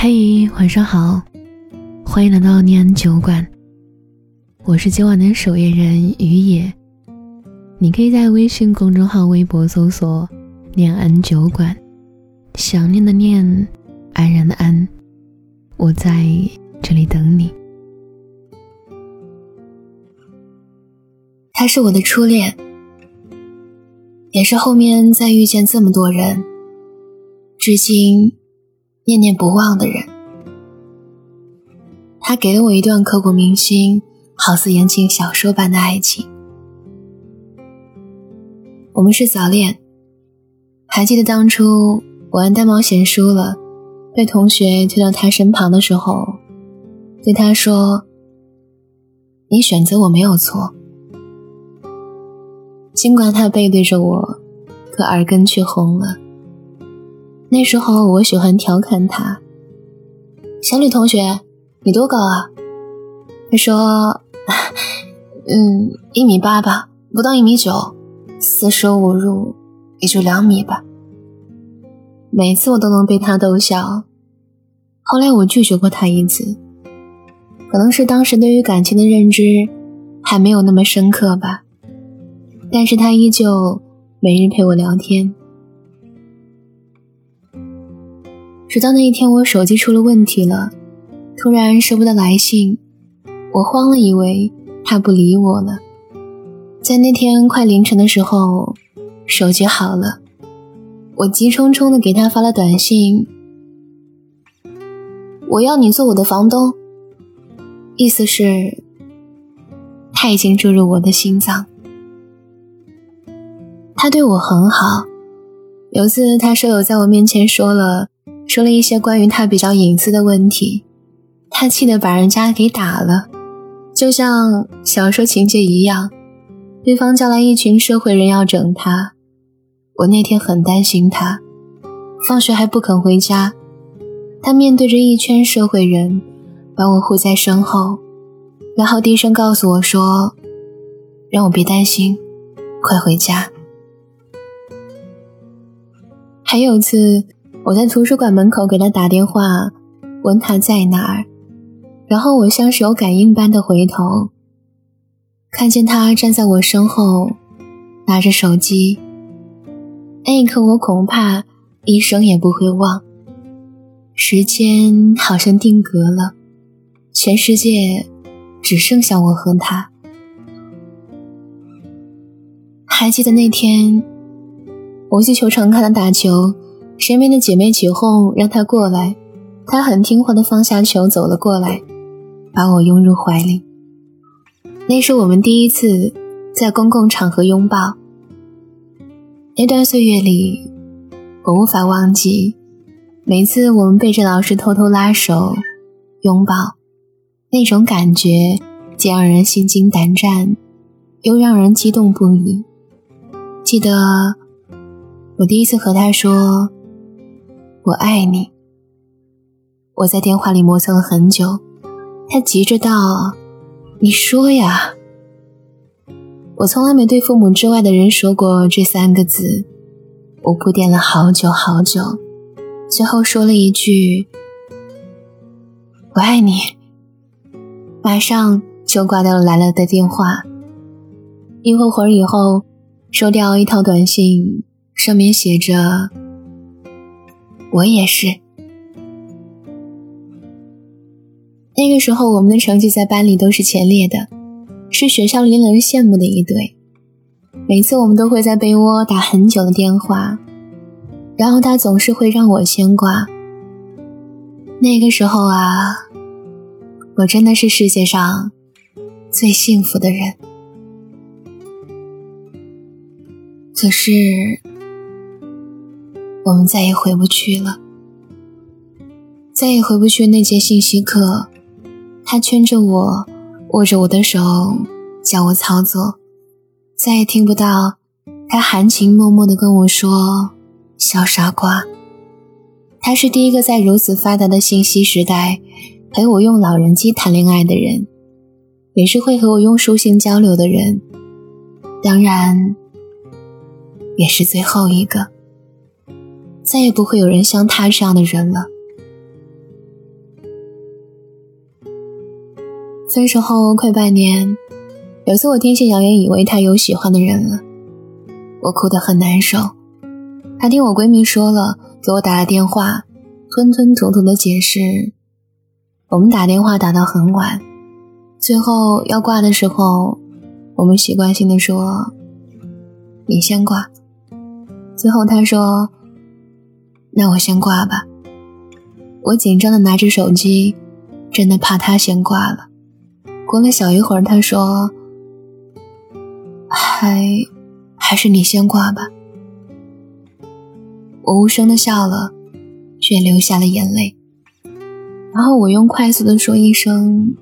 嘿，晚上好，欢迎来到念安酒馆，我是今晚的守夜人于野。你可以在微信公众号、微博搜索念安酒馆，想念的念，安然的安，我在这里等你。 他是我的初恋，也是后面再遇见这么多人，至今念念不忘的人。他给了我一段刻骨铭心，好似言情小说般的爱情。我们是早恋，还记得当初我玩单冒险输了，被同学推到他身旁的时候，对他说：“你选择我没有错。”尽管他背对着我，可耳根却红了。那时候我喜欢调侃他：“小李同学，你多高啊？”他说：“1.8米吧，不到1.9米，4舍5入也就2米吧。”每次我都能被他逗笑。后来我拒绝过他一次，可能是当时对于感情的认知还没有那么深刻吧，但是他依旧每日陪我聊天。直到那一天我手机出了问题了，突然收不到来信，我慌了，以为他不理我了。在那天快凌晨的时候，手机好了，我急冲冲地给他发了短信：“我要你做我的房东。”意思是他已经注入我的心脏。他对我很好，有次他舍友在我面前说了一些关于他比较隐私的问题，他气得把人家给打了，就像小说情节一样，对方叫来一群社会人要整他。我那天很担心他，放学还不肯回家，他面对着一圈社会人把我护在身后，然后低声告诉我说：“让我别担心，快回家。”还有次我在图书馆门口给他打电话，问他在哪儿，然后我像是有感应般的回头，看见他站在我身后拿着手机。那一刻我恐怕一生也不会忘，时间好像定格了，全世界只剩下我和他。还记得那天我去球场看他打球，身边的姐妹起哄让他过来，他很听话地放下球走了过来，把我拥入怀里。那是我们第一次在公共场合拥抱。那段岁月里，我无法忘记每次我们背着老师偷偷拉手拥抱，那种感觉既让人心惊胆战，又让人激动不已。记得我第一次和他说我爱你，我在电话里磨蹭了很久，他急着道：“你说呀。”我从来没对父母之外的人说过这3个字，我铺垫了好久好久，最后说了一句：“我爱你。”马上就挂掉了来了的电话。一会儿以后，收掉一条短信，上面写着：“我也是。”那个时候我们的成绩在班里都是前列的，是学校里令人羡慕的一对。每次我们都会在被窝打很久的电话，然后他总是会让我先挂。那个时候啊，我真的是世界上最幸福的人。可是我们再也回不去了，再也回不去那节信息课，他圈着我，握着我的手教我操作，再也听不到他含情脉脉地跟我说：“小傻瓜。”他是第一个在如此发达的信息时代陪我用老人机谈恋爱的人，也是会和我用书信交流的人，当然也是最后一个。再也不会有人像他这样的人了。 分手后快半年，有次我听信谣言以为他有喜欢的人了，我哭得很难受。他听我闺蜜说了，给我打了电话，吞吞吐吐的解释。我们打电话打到很晚，最后要挂的时候，我们习惯性的说你先挂。最后他说那我先挂吧。我紧张的拿着手机，真的怕他先挂了。过了小一会儿，他说还是你先挂吧。我无声的笑了，却流下了眼泪。然后我用快速的说一声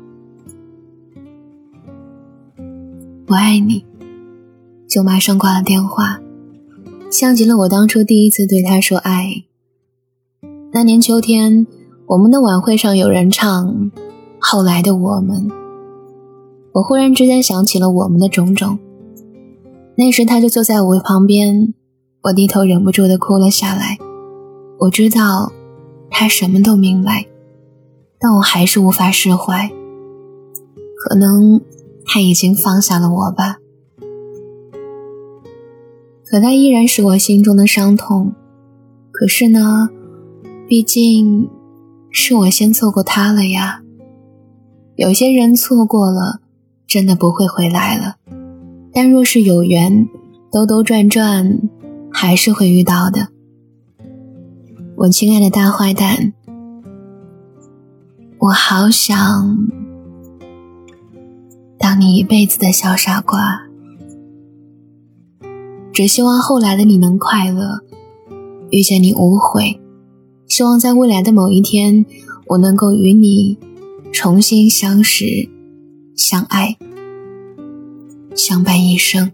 我爱你，就马上挂了电话，像极了我当初第一次对他说爱。那年秋天，我们的晚会上有人唱后来的我们，我忽然之间想起了我们的种种。那时他就坐在我旁边，我低头忍不住地哭了下来。我知道他什么都明白，但我还是无法释怀。可能他已经放下了我吧，可他依然是我心中的伤痛。可是呢，毕竟是我先错过他了呀。有些人错过了，真的不会回来了，但若是有缘，兜兜转转还是会遇到的。我亲爱的大坏蛋，我好想当你一辈子的小傻瓜，只希望后来的你能快乐，遇见你无悔，希望在未来的某一天，我能够与你重新相识、相爱、相伴一生。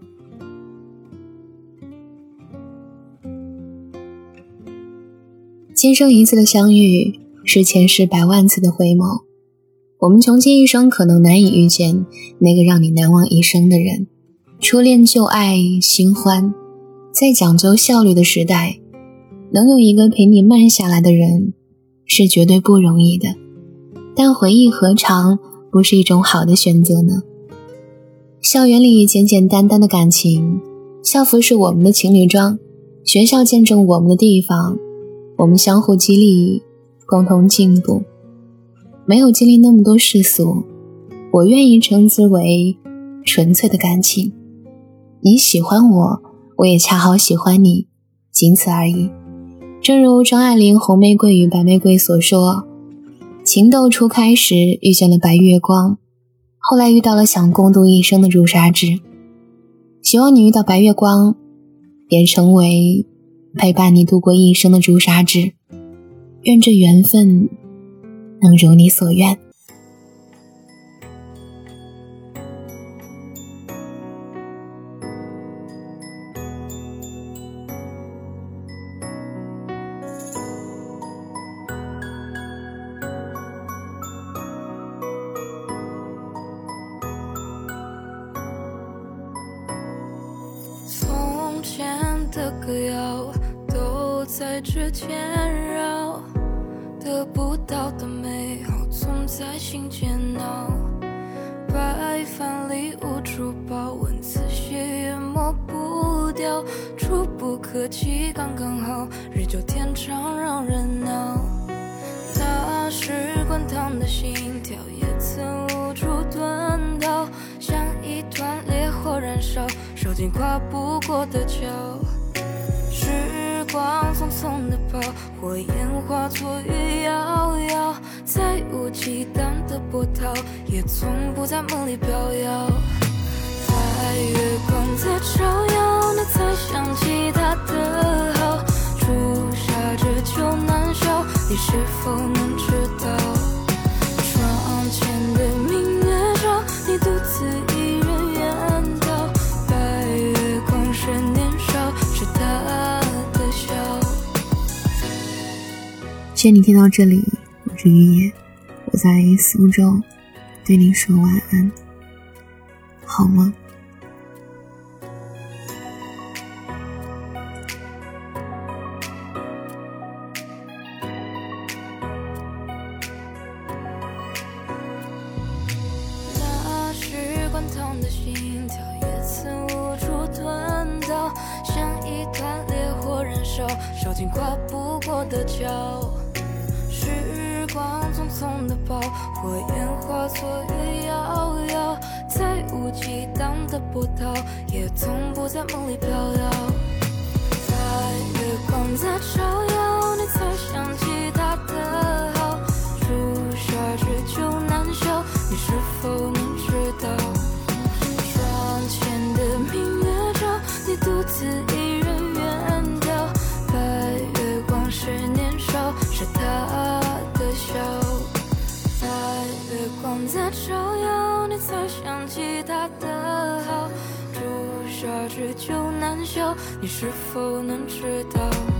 今生一次的相遇，是前世百万次的回眸。我们穷尽一生可能难以遇见那个让你难忘一生的人。初恋旧爱新欢，在讲究效率的时代，能有一个陪你慢下来的人是绝对不容易的。但回忆何尝不是一种好的选择呢？校园里简简单单的感情，校服是我们的情侣装，学校见证我们的地方，我们相互激励，共同进步。没有经历那么多世俗，我愿意称之为纯粹的感情。你喜欢我，我也恰好喜欢你，仅此而已。正如张爱玲《红玫瑰与白玫瑰》所说，情窦初开时遇见了白月光，后来遇到了想共度一生的朱砂痣。希望你遇到白月光，也成为陪伴你度过一生的朱砂痣。愿这缘分能如你所愿。 从前的歌谣都在指尖绕，得不到的美好总在心间闹，白饭里无处报，文字写也抹不掉，触不可及刚刚好，日久天长让人恼。那时滚烫的心跳也曾无处遁逃，像一团烈火燃烧，烧尽跨不过的桥。时光匆匆地跑，火焰化作雨遥遥，再无忌惮的波涛，也从不在梦里飘摇。在月光在照耀，你才想起他的好，朱砂痣就难消，你是否能知道？窗前的明月照，你独自一人远逃，白月光是年少，是他的笑。 谢谢你听到这里，我是雨野，我在苏州对你说晚安，好吗？ 手，烧尽跨不过的桥。时光匆匆的跑，火焰化作月遥遥，再无激荡的波涛，也从不在梦里飘摇。在月光在照耀，你才想起他的好，朱砂痣就难消，你是否能知道？窗前的明月照，你独自一人远眺，白月光是年少，是他的笑。在月光在照耀，你才想起他的好，朱砂痣就难消，你是否能知道？